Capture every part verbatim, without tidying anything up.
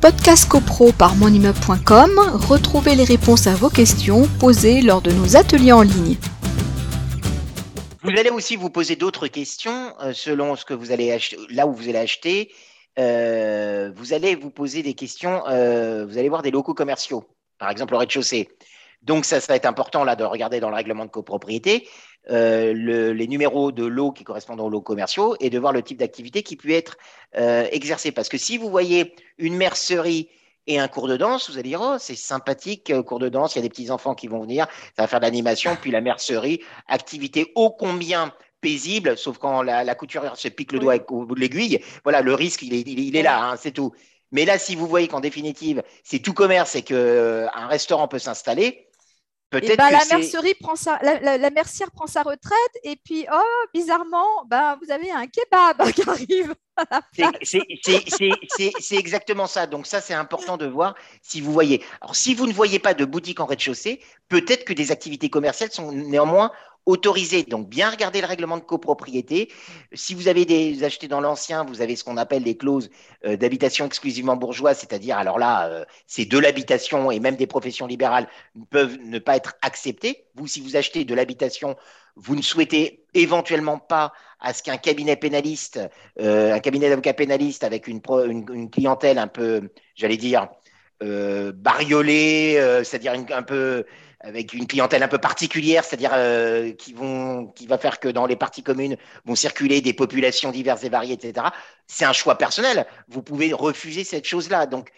Podcast CoPro par monimmeuble point com, retrouvez les réponses à vos questions posées lors de nos ateliers en ligne. Vous allez aussi vous poser d'autres questions euh, selon ce que vous allez acheter, là où vous allez acheter. Euh, vous allez vous poser des questions, euh, vous allez voir des locaux commerciaux, par exemple au rez-de-chaussée. Donc ça, ça va être important là de regarder dans le règlement de copropriété euh, le, les numéros de lots qui correspondent aux lots commerciaux et de voir le type d'activité qui peut être euh, exercé. Parce que si vous voyez une mercerie et un cours de danse, vous allez dire, oh, c'est sympathique, cours de danse, il y a des petits-enfants qui vont venir, ça va faire de l'animation, puis la mercerie, activité ô combien paisible, sauf quand la, la couturière se pique le doigt Oui. avec, au bout de l'aiguille, voilà, le risque, il est, il, il est là, hein, c'est tout. Mais là, si vous voyez qu'en définitive, c'est tout commerce et qu'un restaurant peut s'installer, peut-être Et ben, que la c'est… mercerie prend sa, la, la, la mercière prend sa retraite et puis, oh, bizarrement, ben, vous avez un kebab qui arrive à la C'est, place. c'est, c'est, c'est, c'est, c'est exactement ça. Donc ça, c'est important de voir si vous voyez. Alors, si vous ne voyez pas de boutique en rez-de-chaussée, peut-être que des activités commerciales sont néanmoins autorisées. Donc, bien regarder le règlement de copropriété. Si vous avez des achetés dans l'ancien, vous avez ce qu'on appelle les clauses euh, d'habitation exclusivement bourgeoise, c'est-à-dire, alors là, euh, c'est de l'habitation et même des professions libérales peuvent ne pas être acceptées. Vous, si vous achetez de l'habitation, vous ne souhaitez éventuellement pas à ce qu'un cabinet pénaliste, euh, un cabinet d'avocats pénaliste avec une, pro, une, une, clientèle un peu, j'allais dire, euh, bariolée, euh, c'est-à-dire une, un peu avec une clientèle un peu particulière, c'est-à-dire euh, qui, vont, qui va faire que dans les parties communes vont circuler des populations diverses et variées, et cetera. C'est un choix personnel. Vous pouvez refuser cette chose-là. Donc,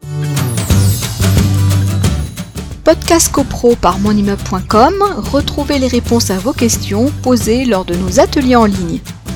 Podcast CoPro par monimmeuble point com, retrouvez les réponses à vos questions posées lors de nos ateliers en ligne.